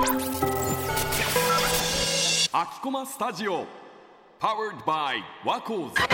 秋駒スタジオ Powered by ワコーズ。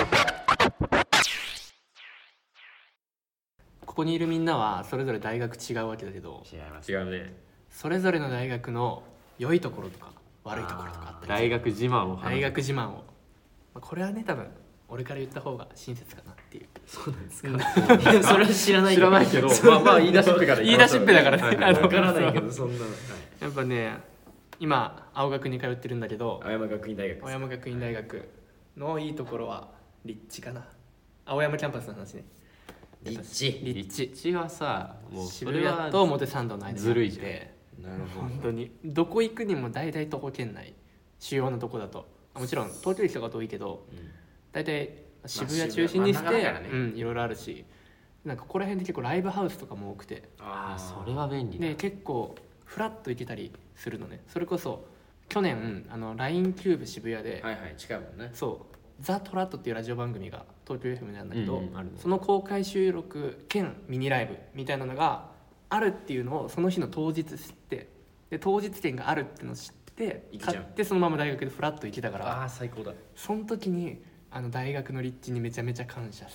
ここにいるみんなはそれぞれ大学違うわけだけど、 違います。 違うね。 それぞれの大学の良いところとか悪いところとかあったり、 大学自慢を大学自慢を、これはね多分俺から言った方が親切かなっていう。 そうなんですか。いやそれは知らない知らないけど、まあ言い出しっぺから言い出しっぺだからね。 わからないけどそんなの。 やっぱね、今青学に通ってるんだけど、 青山学院大学。 青山学院大学のいいところは立地かな。青山キャンパスの話ね。 立地。 立地はさ、もうそ渋れは谷と表参道の間にあってずるいじゃん。 なるほど。 本当にどこ行くにも大体徒歩圏内、主要なとこだと。もちろん東京駅とか遠いけど、大体渋谷中心にして、いろいろあるし、なんかここら辺で結構ライブハウスとかも多くて、 ああ、それは便利だ。 で結構フラッと行けたりするのね。それこそ去年LINE キューブ渋谷で、 はいはい、近いもんね。 そうザ・トラットっていうラジオ番組が東京 FM なんだけど、 あるね。 その公開収録兼ミニライブみたいなのがあるっていうのをその日の当日知って、で当日券があるっていうのを知って買ってそのまま大学でフラッと行けたから、 ああ最高だ。 その時に大学の立地にめちゃめちゃ感謝した。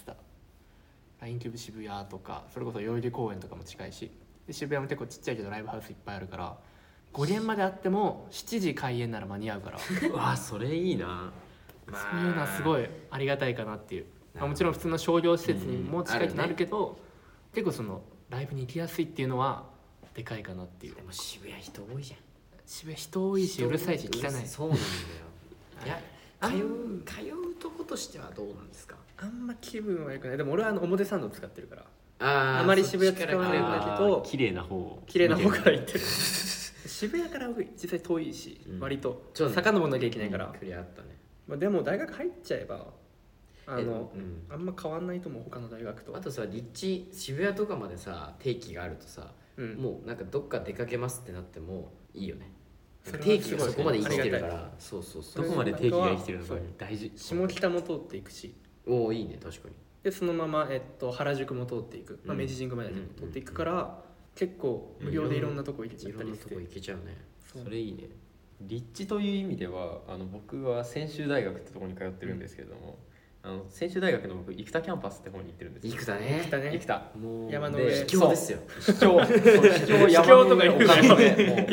LINE キューブ渋谷とか、それこそ代々木公園とかも近いし、で渋谷も結構ちっちゃいけどライブハウスいっぱいあるから、5限まであっても7時開演なら間に合うからうわ、それいいな。 そういうのはすごいありがたいかなっていう。もちろん普通の商業施設にも近いとなるけど、結構そのライブに行きやすいっていうのはでかいかなっていう。 でも渋谷人多いじゃん。 渋谷人多いしうるさいし汚い。 そうなんだよ。いや通うとことしてはどうなんですか。 あんま気分は良くない。でも俺は表参道使ってるから、 あまり渋谷使わないんだけど、 綺麗な方から行ってる。渋谷から実際遠いし、割と遡んなきゃいけないから、 クリアあったね。 でも大学入っちゃえばあんま変わんないと思う、他の大学と。 あとさ、立地渋谷とかまでさ定期があるとさ、もうなんかどっか出かけますってなってもいいよね。定期がそこまで生きてるから。そうそうそう。 どこまで定期が生きてるのか大事。 下北も通っていくし、 おおいいね、確かに。 でそのまま原宿も通っていく、明治神宮まで通っていくから、結構無料でいろんなとこ行けちゃったりして、 いろんなとこ行けちゃうね。 それいいね。立地という意味では僕は専修大学ってところに通ってるんですけれども、専修大学の僕生田キャンパスって方に行ってるんですよ。 生田ね。 生田もう山の上秘境ですよ。 秘境山の上丘の上。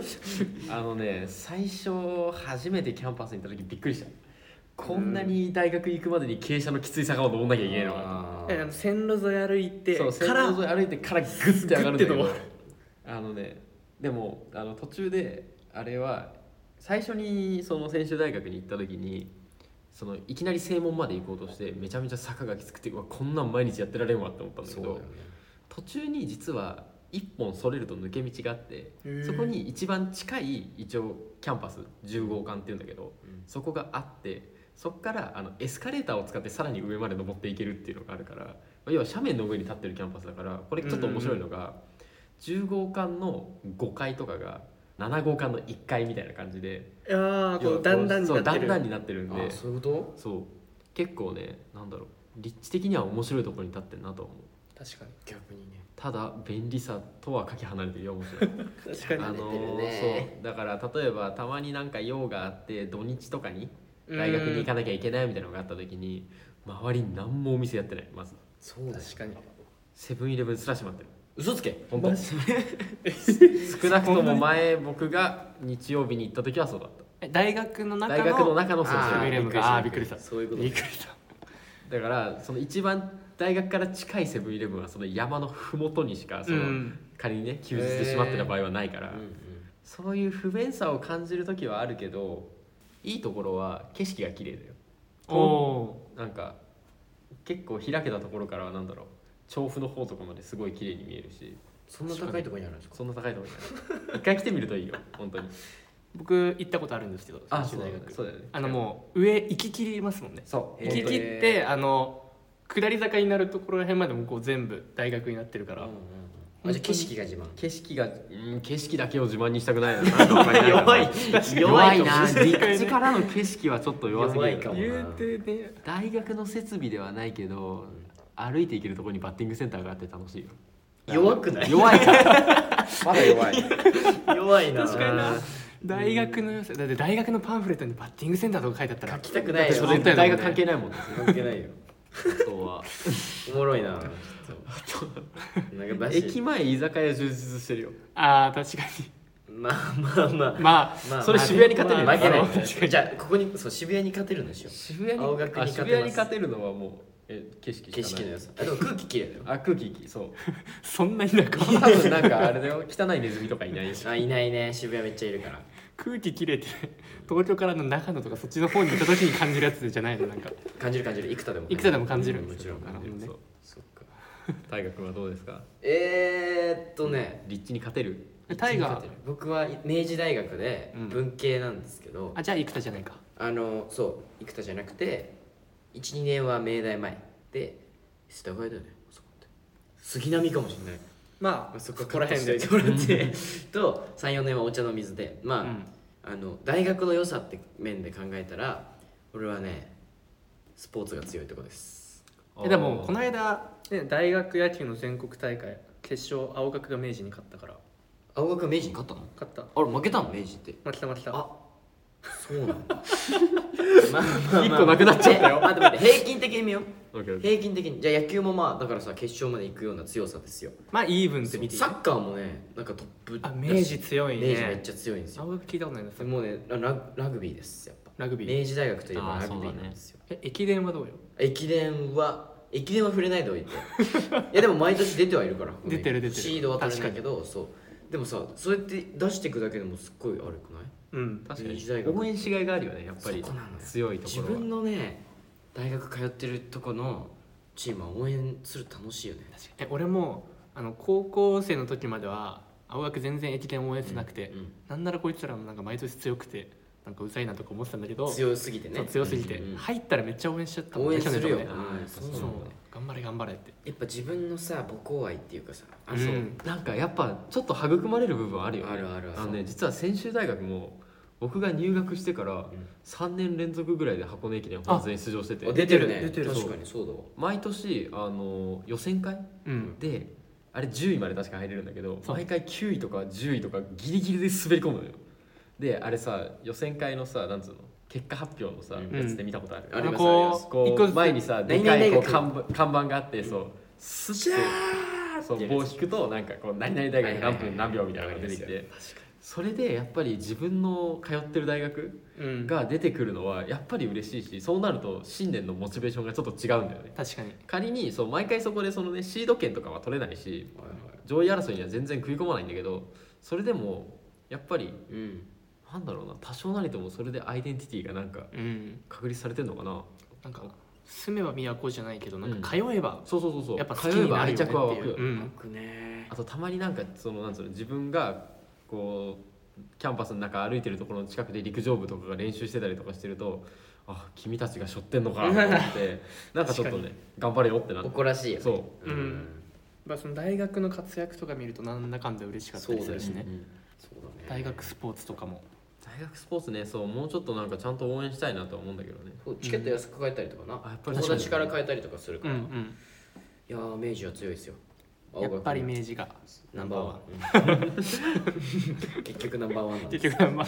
最初初めてキャンパスに行った時びっくりした。こんなに大学行くまでに傾斜のきつい坂を登んなきゃいけないのか。 線路沿い歩いてそう線路沿い歩いてからグッて上がるんだけど、でも途中であれは最初にその専修大学に行った時にいきなり正門まで行こうとしてめちゃめちゃ坂がきつくて、こんなん毎日やってられんわって思ったんだけど、途中に実は一本それると抜け道があって、そこに一番近い一応キャンパス10号館っていうんだけど、そこがあって、そこからエスカレーターを使ってさらに上まで登っていけるっていうのがあるから、要は斜面の上に立ってるキャンパスだから、これちょっと面白いのが、10号館の5階とかが7号館の1階みたいな感じで、 こうだんだんになってるんで、 そういうこと。 そう結構ね、立地的には面白いところに立ってるなと思う。 確かに。 逆にね。 ただ便利さとはかけ離れてるよ、面白い。 確かに。 そうだから例えばたまになんか用があって土日とかに大学に行かなきゃいけないみたいなのがあった時に、周りに何もお店やってない。まずそうだ、 確かに。 セブンイレブンすら閉まってる。 嘘つけ。 本当少なくとも前僕が日曜日に行った時はそうだった。 大学の中のセブンイレブンがびっくりした。 そういうこと。 びっくりした。 だから一番大学から近いセブンイレブンはその山の麓にしか仮にね休日で閉まってた場合はないから、そういう不便さを感じる時はあるけど、いいところは景色が綺麗だよ。なんか結構開けたところからは調布の方とかまですごい綺麗に見えるし。 そんな高いところにあるんですか。 そんな高いところにある。一回来てみるといいよ、本当に。 僕行ったことあるんですけど、 専修大学。そうだよね。 もう上行き切りますもんね。 そう行き切って下り坂になるところら辺までもこう全部大学になってるから、 じゃあ景色が自慢。 景色だけを自慢にしたくないな。弱いな。立地からの景色はちょっと弱すぎる。 言うてね。 大学の設備ではないけど、歩いて行けるところにバッティングセンターがあって楽しいよ。 弱くない？ 弱いからまだ弱い弱いな。 確かにな。大学の良さだって大学のパンフレットにバッティングセンターとか書いてあったら書きたくないよ。 それ大学関係ないもんね関係ないよ。 あとはおもろいな。なんかだし駅前居酒屋充実してるよあー確かにまあまあまあまあそれ渋谷に勝てるよ負けない。 確かにじゃあここにそう渋谷に勝てるんでしょ。 渋谷に青学に勝てます渋谷に勝てるのはもう景色しかない景色の良さ。あでも空気きれいだよ。 あ空気そうそんな田舎多分なんかあれだよ汚いネズミとかいないしあいないね。渋谷めっちゃいるから。 空気きれいって東京からの長野とかそっちの方に行った時に感じるやつじゃないのなんか感じる感じる。幾多でも。 幾多でも感じるもちろん。 なるほどねそうそっか。 大河君はどうですかね。 立地に勝てるタイガー僕は明治大学でうん文系なんですけど、 あじゃあ生田じゃないかそう生田じゃなくて 1,2 年は明大前で世田谷だよね。そこって杉並かもしれない。 まそこら辺で置いてもらってと 3,4 年はお茶の水でまあ、大学の良さって面で考えたら俺はねスポーツが強いところです。 でもこの間、ね、大学野球の全国大会決勝青学が明治に勝ったから青学は明治に勝ったの？ 勝ったあれ負けたの明治って？ 負けた負けたあそうなんだまあまあ一個なくなっちゃったよ待って平均的に見よう。 オッケーオッケー平均的にじゃあ野球もまあだからさ決勝まで行くような強さですよ。 まあイーブンって見ていいサッカーもねなんかトップあ明治強いね明治めっちゃ強いんですよ。 青学聞いたことないなそれもうねラグビーですやっぱ。 ラグビー明治大学といえばあーラグビーなんですよ。 駅伝はどうよ駅伝は触れないでおいていやでも毎年出てはいるから出てる出てるシードは取れないけどそうでもさそうやって出していくだけでもすっごい悪くない？ うん確かに明治大学応援しがいがあるよねやっぱりそこなのよ強いところは自分のね大学通ってるとこのチームは応援する楽しいよね。 俺も高校生の時までは青学全然駅伝応援してなくて、 うんなんならこいつらもなんか毎年強くてなんかうざいなとか思ってたんだけど強すぎてねそう強すぎて、 うんうん入ったらめっちゃ応援しちゃったもん応援するよ、 去年とかねそうそう頑張れ頑張れってやっぱ自分のさ母校愛っていうかさうんなんかやっぱちょっと育まれる部分あるよねあるあるあのね実は専修大学も僕が入学してから3年連続ぐらいで箱根駅伝本戦に出場しててあ出てるね出てる確かにそうだわ。 毎年予選会うんであれ10位まで確か入れるんだけどそう毎回9位とか10位とかギリギリで滑り込むのよ。であれさ予選会のさなんつうの結果発表のさ、 うんやつで見たことある、 ありますこうありますこ一個ずつう前にさでかい何々大学こう看板があって、そうスッてそう棒を引くとなんかこう何々大学何分何秒みたいなのが出てきて、それでやっぱり自分の通ってる大学うんが出てくるのはやっぱり嬉しいし、そうなると新年のモチベーションがちょっと違うんだよね。 確かに仮にそう毎回そこでそのねシード権とかは取れないし上位争いには全然食い込まないんだけど、それでもやっぱりうんなんだろうな、多少なりともそれでアイデンティティがなんかうん確立されてんのかな。 なんか住めば都じゃないけどなんか通えばそうそうそうそう、 やっぱ好きになるよねっていう通えば愛着は湧くよ、 うん僕ねあとたまになんかそのなんつうの自分がこうキャンパスの中歩いてるところの近くで陸上部とかが練習してたりとかしてると、あ君たちが背負ってんのかなと思ってなんかちょっとね頑張れよってなって、 誇らしいよね。 そううんまあその大学の活躍とか見るとなんだかんだ嬉しかったりするしねうんそうだね。 大学スポーツとかも大学スポーツね、そうもうちょっとなんかちゃんと応援したいなとは思うんだけどね。 そうチケット安く買えたりとかな、 あやっぱり友達から買えたりとかするうから、いんうんやー明治は強いですよ。 やっぱり明治治がナンバーワン、結局ナンバーワンなんです。 結局まあ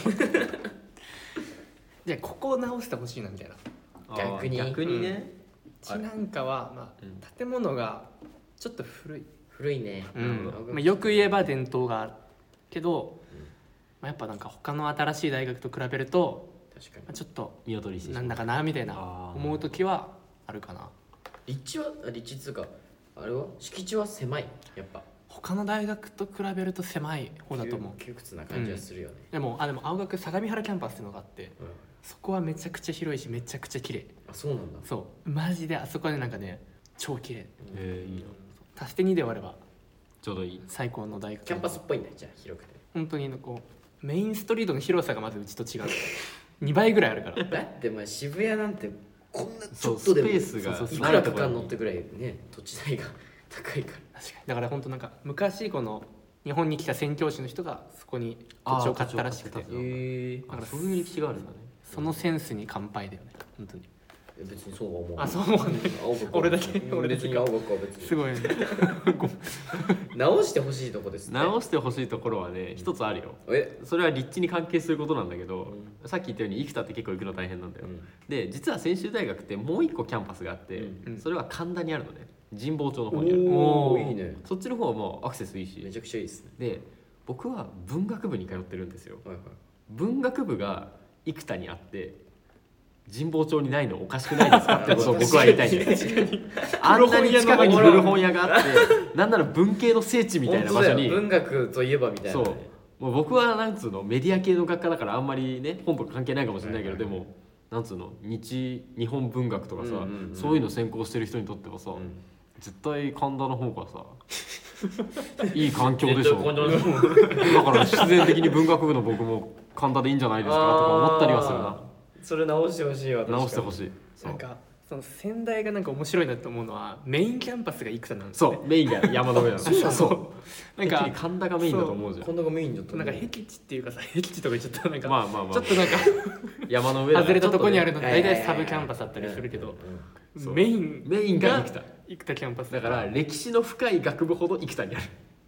じゃあここを直してほしいなみたいな逆に逆にね、 うちなんかは、まあうん建物がちょっと古い、 古いね、 うんなるほまあ、よく言えば伝統があるけど、まあ、やっぱなんか他の新しい大学と比べると、 確かにまあ、ちょっと見劣りしてしまうんなだかなみたいなあー思う時はあるかな。 立地っつうかあれは敷地は狭いやっぱ他の大学と比べると狭い方だと思う。 窮屈な感じはするよね、 でも青学相模原キャンパスっていうのがあってうんそこはめちゃくちゃ広いしめちゃくちゃ綺麗。 あそうなんだ。 そうマジであそこはねなんかね超綺麗。 いいな、 足して2で割ればちょうどいい。 最高の大学。 キャンパスっぽいんだよじゃあ広くて。 本当にこうメインストリートの広さがまずうちと違う2倍ぐらいあるから。 だってまあ渋谷なんてこんなちそうょっとでもスペースがそうそういくらかかんのってぐらいね土地代が高いから。 確かにだから本当なんか昔この日本に来た宣教師の人がそこに土地を買ったらしくてあー土地を買ってたんだえだからそういう歴史があるんだね。 そのセンスに乾杯だよね本当に。 別にそうは思う。 あ、そう思うね。 青学は俺だけ俺だけ別に青学は別にすごいね。 直してほしいとこですね。 直してほしいところはね一つあるよ。それは立地に関係することなんだけど、さっき言ったように生田って結構行くの大変なんだよ、で実は専修大学ってもう一個キャンパスがあって、それは神田にあるのね。神保町の方にある。 おーいいね。 そっちの方はもうアクセスいいし、 めちゃくちゃいいですね。 で僕は文学部に通ってるんですよ。 はいはい。 文学部が生田にあって神保町にないのおかしくないですかってことを僕は言いたいんですあんなに近くに古本屋があってなんなら文系の聖地みたいな場所に、 文学といえばみたいな、ね、 そうもう僕はなんつうのメディア系の学科だからあんまりね本とか関係ないかもしれないけど、でもなんつうの日本文学とかさ、そういうの専攻してる人にとってはさ、絶対神田の方がさいい環境でしょ。だから必然的に文学部の僕も神田でいいんじゃないですかとか思ったりはするな。 それ直してほしいわ。 直してほしい。 なんかその仙台がなんか面白いなと思うのはメインキャンパスが生田なんですよね。 そうメインが山の上なの。 そうなんか神田がメインだと思うじゃん。 神田がメインだった。 なんか僻地っていうかさ、僻地とか言っちゃったらなんか、 まあまあまあちょっとなんか山の上外れたとこにあるのね大体サブキャンパスだったりするけど、メインが生田キャンパスだから歴史の深い学部ほど生田にある。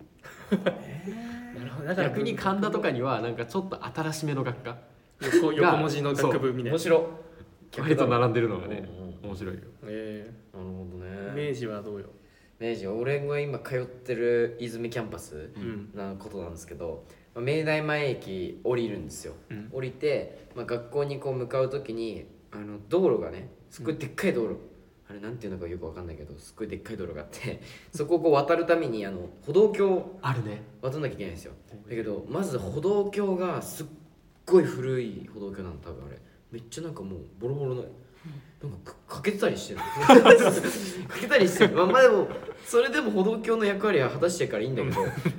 なるほど。だから逆に神田とかにはなんかちょっと新しめの学科横文字の学部みたいな。 面白い。 割と並んでるのがね、面白いよ。 なるほどね。 明治はどうよ。 明治は俺が今通ってる泉キャンパスなことなんですけど、明大前駅降りるんですよ、降りて、学校にこう向かう時に道路がねすっごいでっかい道路、あれなんていうのかよくわかんないけどすっごいでっかい道路があってそこをこう渡るために歩道橋あるね。 渡んなきゃいけないんですよ。だけどまず歩道橋がすっごい古い歩道橋なの。多分あれめっちゃなんかもうボロボロのなんかかけてたりしてるかけたりしてる。まあでもそれでも歩道橋の役割は果たしてるからいいんだけど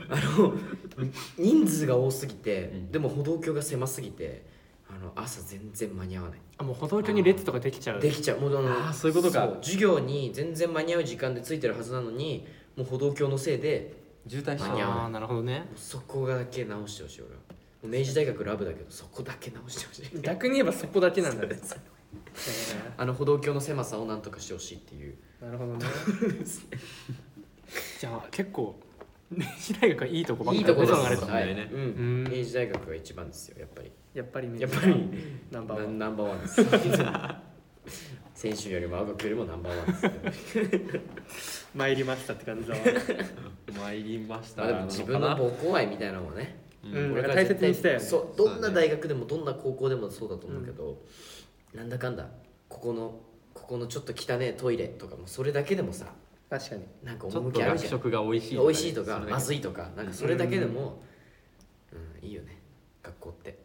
人数が多すぎて、でも歩道橋が狭すぎて朝全然間に合わない。 あ、もう歩道橋に列とかできちゃう。 できちゃう。もうそういうことか。 授業に全然間に合う時間でついてるはずなのにもう歩道橋のせいで渋滞しちゃう。 ああ、なるほどね。 そこだけ直してほしい。俺はもう明治大学ラブだけどそこだけ直してほしい。 逆に言えばそこだけなんだね。 歩道橋の狭さをなんとかしてほしいっていう。 なるほどね。じゃあ結構明治大学はいいとこばっかりいいとこです。 あれと、 はい、明治大学が一番ですよ。やっぱりやっぱりナンバーワンです選手よりも青学よりもナンバーワンです参りましたって感じだわ。 参りました。 でも自分の母校愛みたいなのはね、 これから大切にしたよね。 そう、どんな大学でもどんな高校でもそうだと思うけど、なんだかんだここのちょっと汚ねトイレとかもそれだけでもさ、 確かになんかちょっと趣あるじゃん。 学食が美味しい美味しいとかまずいとか、なんかそれだけでもいいよね学校って。